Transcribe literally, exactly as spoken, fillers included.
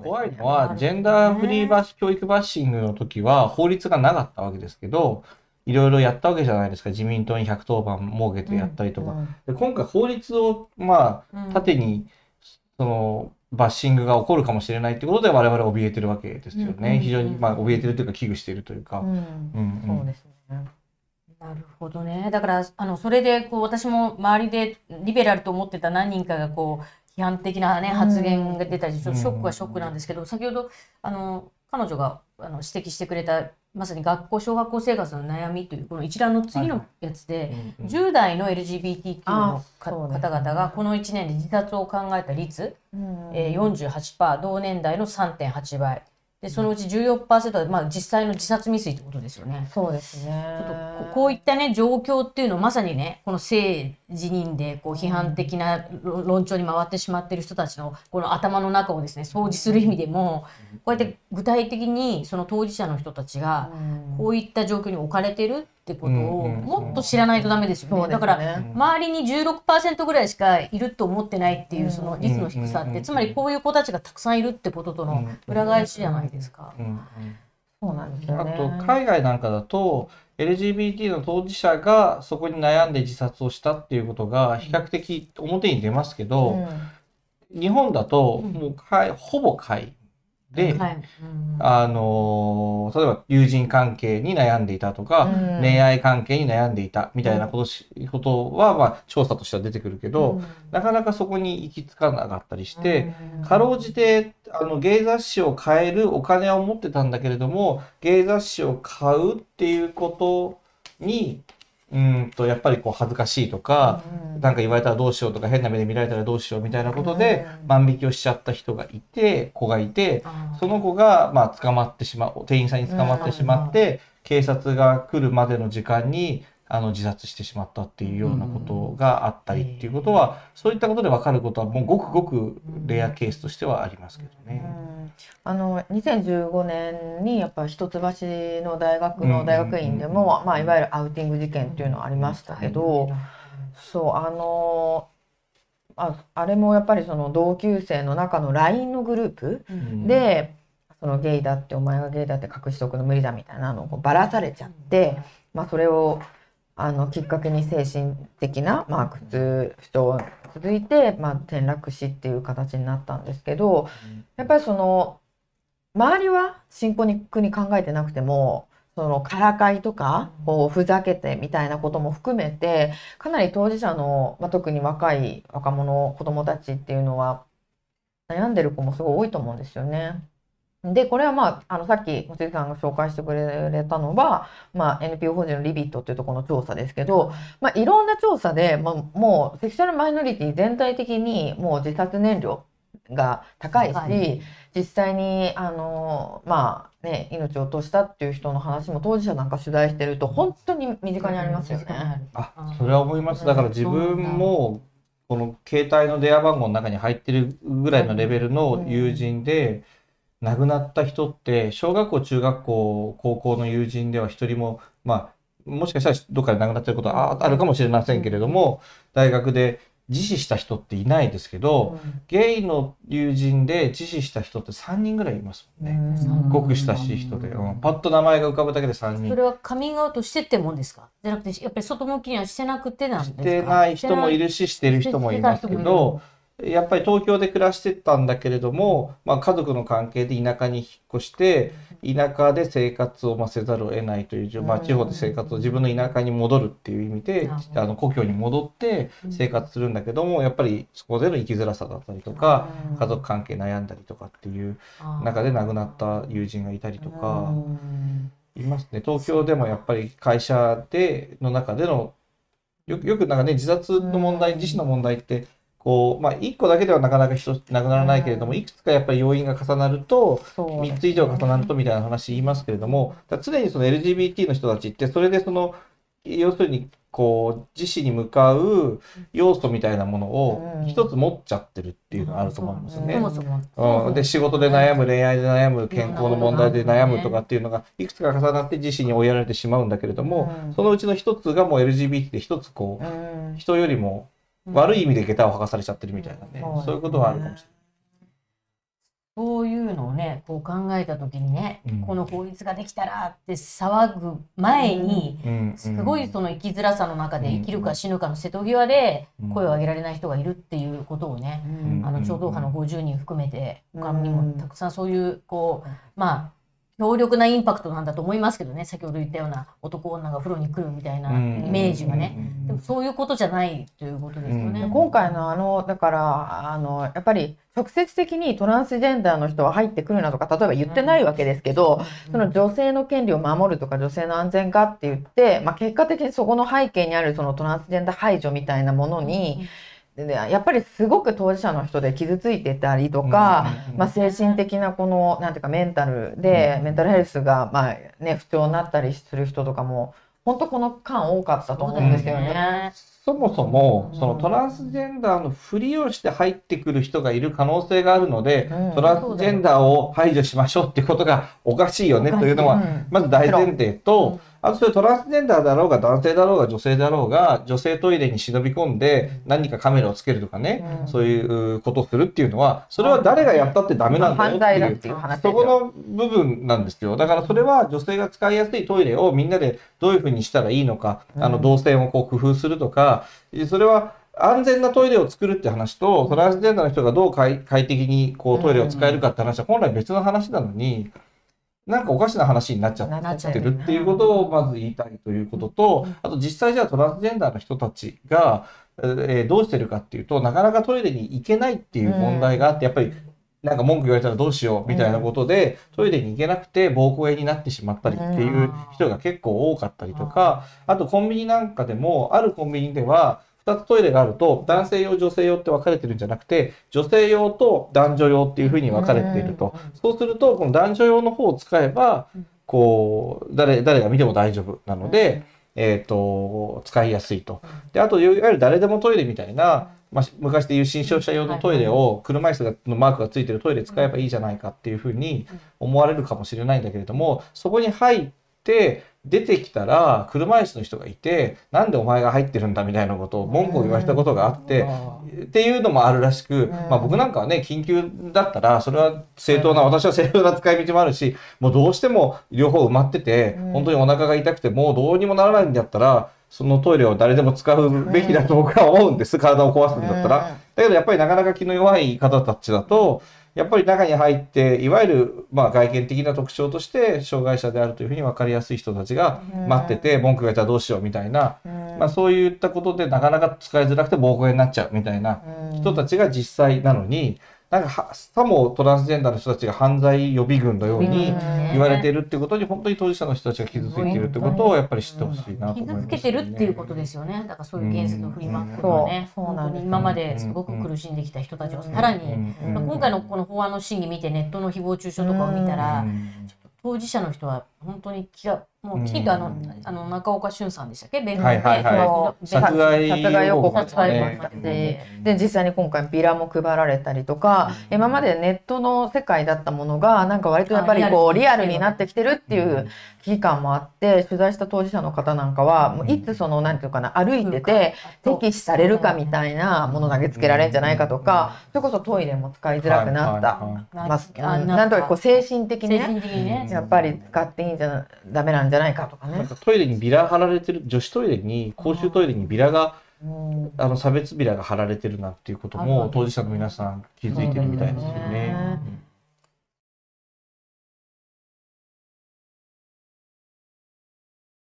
怖いのは、ジェンダーフリーバッシ教育バッシングの時は法律がなかったわけですけど、いろいろやったわけじゃないですか。自民党にひゃくとおばん設けてやったりとか。で今回法律を、まあ、縦に、その、バッシングが起こるかもしれないってことで我々は怯えてるわけですよね。非常に、まあ、怯えてるというか危惧しているというか。 そうですね。なるほどね。だから、あの、それで、こう、私も周りでリベラルと思ってた何人かが、こう、批判的なね、発言が出たり、ちょっとショックはショックなんですけど、先ほど、あの、彼女があの指摘してくれた、まさに学校、小学校生活の悩みという、この一覧の次のやつで、じゅう代の エルジービーティーキュー の方々が、このいちねんで自殺を考えた率、えー、よんじゅうはちパーセント、同年代の さんてんはちばい。で、そのうち じゅうよんパーセント は、まあ、実際の自殺未遂ってことですよね。 そうですね。 ちょっとこ、こういったね、状況っていうのをまさにね、この性自認で、こう、批判的な論調に回ってしまっている人たちの、この頭の中をですね、掃除する意味でも、こうやって具体的に、その当事者の人たちが、こういった状況に置かれてるってことを、もっと知らないとダメですよね。だから、周りに じゅうろくパーセント ぐらいしかいると思ってないっていう、その率の低さって、つまりこういう子たちがたくさんいるってこととの裏返しじゃないですか。 そうなんですよね。 あと、海外なんかだと、エルジービーティー の当事者がそこに悩んで自殺をしたっていうことが比較的表に出ますけど、うん、日本だともうかい、ほぼ皆で、はいうん、あの例えば友人関係に悩んでいたとか、うん、恋愛関係に悩んでいたみたいなことし、うん、ことは、まあ、調査としては出てくるけど、うん、なかなかそこに行き着かなかったりして、うん、かろうじてあのゲイ雑誌を買えるお金を持ってたんだけれども、ゲイ雑誌を買うっていうことにうんとやっぱりこう恥ずかしいとか、うん、なんか言われたらどうしようとか変な目で見られたらどうしようみたいなことで万引きをしちゃった人がいて、子がいて、その子がまあ捕まってしまう、店員さんに捕まってしまって、警察が来るまでの時間にあの自殺してしまったっていうようなことがあったりっていうことは、そういったことで分かることはもうごくごくレアケースとしてはありますけどね。 あのにせんじゅうごねんにやっぱ一橋の大学の大学院でも、まあ、いわゆるアウティング事件っていうのはありましたけど、そうあのああれもやっぱりその同級生の中の ライン のグループで、そのゲイだってお前がゲイだって隠しとくの無理だみたいなのをこうばらされちゃって、まあ、それをあのきっかけに精神的な、まあ、苦痛不調続いて、まあ、転落死っていう形になったんですけど、やっぱりその周りは進行に考えてなくても、そのからかいとかこうふざけてみたいなことも含めて、かなり当事者の、まあ、特に若い若者子どもたちっていうのは悩んでる子もすごい多いと思うんですよね。でこれは、まあ、あのさっき望月さんが紹介してくれたのは、まあ、エヌピーオー 法人のリビットっていうところの調査ですけど、まあ、いろんな調査で、まあ、もうセクシュアルマイノリティ全体的にもう自殺燃料が高いし、はい、実際にあの、まあね、命を落としたっていう人の話も当事者なんか取材してると本当に身近にありますよね。 あ、それは思います。だから自分もこの携帯の電話番号の中に入ってるぐらいのレベルの友人で、亡くなった人って小学校中学校高校の友人では一人も、まあもしかしたらどっかで亡くなってることはあるかもしれませんけれども、大学で自死した人っていないですけど、うん、ゲイの友人で自死した人ってさんにんぐらいいますもんね。すごく親しい人で、うん、パッと名前が浮かぶだけでさんにん。 それはカミングアウトしてってもんですか？じゃなくてやっぱり外向きにはしてなくてなんですか？ してない人もいるししてる人もいますけど、やっぱり東京で暮らしてたんだけれども、まあ、家族の関係で田舎に引っ越して田舎で生活をまあせざるを得ないという、まあ、地方で生活を自分の田舎に戻るっていう意味であの故郷に戻って生活するんだけども、やっぱりそこでの生きづらさだったりとか家族関係悩んだりとかっていう中で亡くなった友人がいたりとかいますね。東京でもやっぱり会社での中でのよく、よくなんかね、自殺の問題、自死の問題ってこう、まあ、いっこだけではなかなか人亡くならないけれども、いくつかやっぱり要因が重なると、みっつ以上重なるとみたいな話言いますけれども、常にその エルジービーティー の人たちって、それでその、要するに、こう、自死に向かう要素みたいなものを一つ持っちゃってるっていうのがあると思うんですよね。うん、で、仕事で悩む、恋愛で悩む、健康の問題で悩むとかっていうのが、いくつか重なって自死に追いやられてしまうんだけれども、そのうちの一つがもう エルジービーティー で一つこう、人よりも、悪い意味で下駄を履かされちゃってるみたいなね、そういうことはあるかもしれない。 そういうのをね、こう考えた時にね、 うんこの法律ができたらって騒ぐ前に、 うんすごいその生きづらさの中で生きるか死ぬかの瀬戸際で声を上げられない人がいるっていうことをね、 うんあの超党派のごじゅうにん含めてうん他にもたくさんそういうこうまあ強力なインパクトなんだと思いますけどね、先ほど言ったような男女が風呂に来るみたいなイメージがね、でもそういうことじゃないということですよね。 うん今回のあのだからあのやっぱり直接的にトランスジェンダーの人は入ってくるなとか例えば言ってないわけですけど、その女性の権利を守るとか女性の安全かって言って、まあ、結果的にそこの背景にあるそのトランスジェンダー排除みたいなものに、でやっぱりすごく当事者の人で傷ついてたりとか、まあ、精神的なこのなんていうかメンタルで、メンタルヘルスがまあ、ね、不調になったりする人とかも本当この間多かったと思うんですよね。 そもそもうんそのトランスジェンダーのふりをして入ってくる人がいる可能性があるので、 うんトランスジェンダーを排除しましょうっていうことがおかしいよねというのはうんまず大前提と、あとそれトランスジェンダーだろうが男性だろうが女性だろうが女性トイレに忍び込んで何かカメラをつけるとかね、 うんそういうことをするっていうのはそれは誰がやったってダメなんだよ犯罪だっいうってていう話ですそこよ。 の部分なんですよ。だからそれは女性が使いやすいトイレをみんなでどういうふうにしたらいいのか、あの動線をこう工夫するとか、それは安全なトイレを作るって話とトランスジェンダーの人がどう快快適にこうトイレを使えるかって話は本来別の話なのに、なんかおかしな話になっちゃなっちゃってるっていうことをまず言いたいということと、あと実際じゃあトランスジェンダーの人たちが、えーどうしてるかっていうと、なかなかトイレに行けないっていう問題があって、やっぱりなんか文句言われたらどうしようみたいなことで、トイレに行けなくて膀胱炎になってしまったりっていう人が結構多かったりとか、あとコンビニなんかでも、あるコンビニではふたつトイレがあると男性用女性用って分かれてるんじゃなくて、女性用と男女用っていうふうに分かれていると。そうするとこの男女用の方を使えばこう誰誰が見ても大丈夫なので、えー、と使いやすいと。であといわゆる誰でもトイレみたいな、まあ、昔でいう新商社用のトイレを車椅子がのマークがついてるトイレ使えばいいじゃないかっていうふうに思われるかもしれないんだけれども、そこに入って出てきたら車椅子の人がいて、なんでお前が入ってるんだみたいなことを文句を言われたことがあって、っていうのもあるらしく、まあ僕なんかはね緊急だったらそれは正当な、私は正当な使い道もあるし、もうどうしても両方埋まってて本当にお腹が痛くてもうどうにもならないんだったらそのトイレを誰でも使うべきだと僕は思うんです。体を壊すんだったら。だけどやっぱりなかなか気の弱い方たちだとやっぱり中に入っていわゆるまあ外見的な特徴として障害者であるというふうに分かりやすい人たちが待ってて文句が言ったらどうしようみたいな、まあ、そういったことでなかなか使いづらくて膀胱炎になっちゃうみたいな人たちが実際なのに、なんかはさもトランスジェンダーの人たちが犯罪予備軍のように言われてるっていうことに本当に当事者の人たちが傷ついているってことをやっぱり知ってほしいなと思います、ね、 傷つけてるっていうことですよね。だからそういう現実の振りまくことはね、 うん本当に今まですごく苦しんできた人たちをさらに、今回のこの法案の審議見てネットの誹謗中傷とかを見たら、ちょっと当事者の人は本当に気がもうきちんとあの、あの中岡俊さんでしたっけ、弁護士で、 はいはいはい、殺害殺害予告もですねありましたし、で実際に今回ビラも配られたりとか、今までネットの世界だったものがなんか割とやっぱりこうリアルになってきてるっていう危機感もあって、取材した当事者の方なんかはもういつそのなんていうかな歩いてて敵視されるかみたいなもの投げつけられるんじゃないかとか、それこそトイレも使いづらくなった、まあ、なんとかこう精神的にねやっぱり使っていいんじゃダメなんじゃないかとかね。 なんかトイレにビラ貼られてる、女子トイレに公衆トイレにビラが、あの差別ビラが貼られてるなんていうことも当事者の皆さん気づいてるみたいですよね。